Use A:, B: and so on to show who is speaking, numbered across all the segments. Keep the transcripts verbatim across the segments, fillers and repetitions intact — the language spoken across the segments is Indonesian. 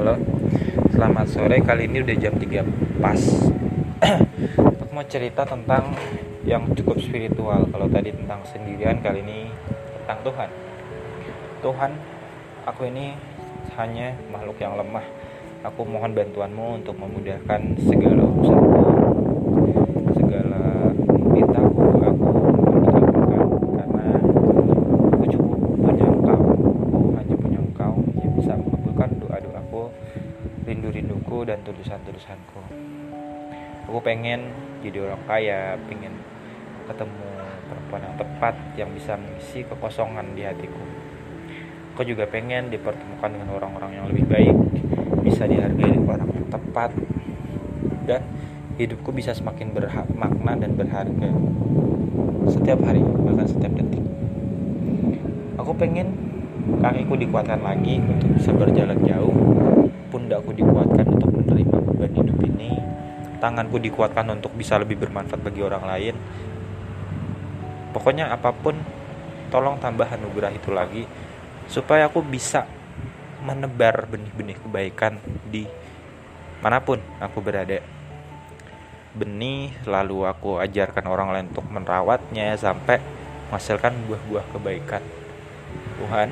A: Halo, selamat sore. Kali ini udah jam tiga pas. Aku mau cerita tentang yang cukup spiritual. Kalau tadi tentang sendirian, kali ini tentang Tuhan. Tuhan, aku ini hanya makhluk yang lemah. Aku mohon bantuanmu untuk memudahkan segala urusanku, segala mintaku. Aku membutuhkan karena aku cukup punya engkau. Aku hanya punya engkau yang bisa mengabulkan doa-doaku, rindu-rinduku, dan tulisan-tulisanku. Aku pengen jadi orang kaya, pengen ketemu perempuan yang tepat yang bisa mengisi kekosongan di hatiku. Aku juga pengen dipertemukan dengan orang-orang yang lebih baik, bisa dihargai orang yang tepat, dan hidupku bisa semakin bermakna dan berharga setiap hari, bahkan setiap detik. Aku pengen kakiku dikuatkan lagi untuk bisa berjalan jauh, pundakku dikuatkan untuk menerima beban hidup ini, tanganku dikuatkan untuk bisa lebih bermanfaat bagi orang lain. Pokoknya apapun, tolong tambah anugerah itu lagi supaya aku bisa menebar benih-benih kebaikan di manapun aku berada. Benih lalu aku ajarkan orang lain untuk merawatnya sampai menghasilkan buah-buah kebaikan. Tuhan,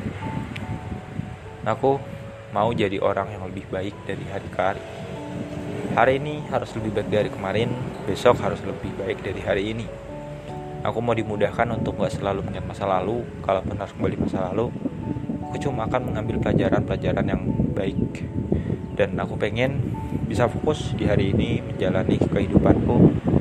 A: aku mau jadi orang yang lebih baik dari hari ke hari. Hari ini harus lebih baik dari kemarin, besok harus lebih baik dari hari ini. Aku mau dimudahkan untuk gak selalu mengingat masa lalu. Kalaupun harus kembali masa lalu, aku cuma akan mengambil pelajaran-pelajaran yang baik. Dan aku pengen bisa fokus di hari ini menjalani kehidupanku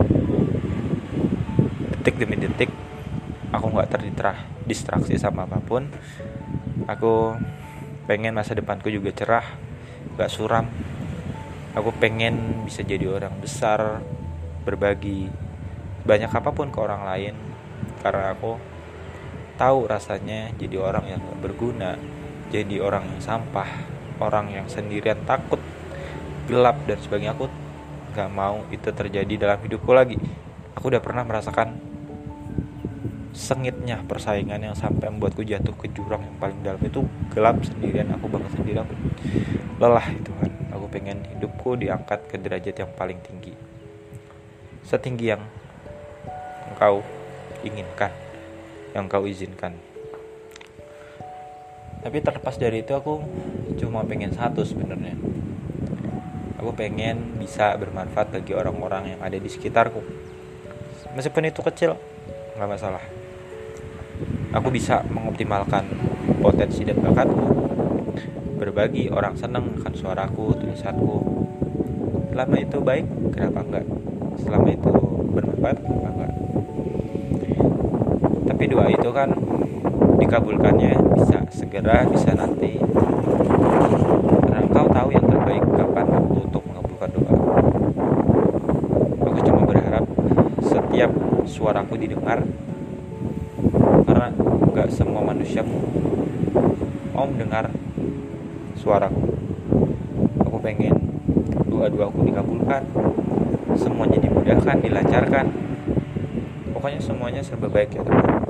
A: detik demi detik. Aku gak terdistraksi sama apapun. Aku pengen masa depanku juga cerah, gak suram. Aku pengen bisa jadi orang besar, berbagi banyak apapun ke orang lain, karena aku tahu rasanya jadi orang yang gak berguna, jadi orang yang sampah, orang yang sendirian, takut, gelap, dan sebagainya. Aku gak mau itu terjadi dalam hidupku lagi. Aku udah pernah merasakan sengitnya persaingan yang sampai membuatku jatuh ke jurang yang paling dalam. Itu gelap sendirian, aku banget sendirian, aku lelah itu kan. Aku pengen hidupku diangkat ke derajat yang paling tinggi, setinggi yang engkau inginkan, yang engkau izinkan. Tapi terlepas dari itu, aku cuma pengen satu sebenarnya. Aku pengen bisa bermanfaat bagi orang-orang yang ada di sekitarku. Meskipun itu kecil, gak masalah. Aku bisa mengoptimalkan potensi dan bakatku, berbagi, orang senang akan suaraku, tulisanku. Selama itu baik, kenapa enggak? Selama itu bermanfaat, kenapa enggak? Tapi doa itu kan dikabulkannya bisa segera, bisa nanti. Karena engkau tahu yang terbaik kapan waktu untuk mengabulkan doa. Aku cuma berharap setiap suaraku didengar, karena gak semua manusia mau mendengar suaraku. Aku pengen doa-doaku dikabulkan, semuanya dimudahkan, dilancarkan. Pokoknya semuanya serba baik ya Tuhan.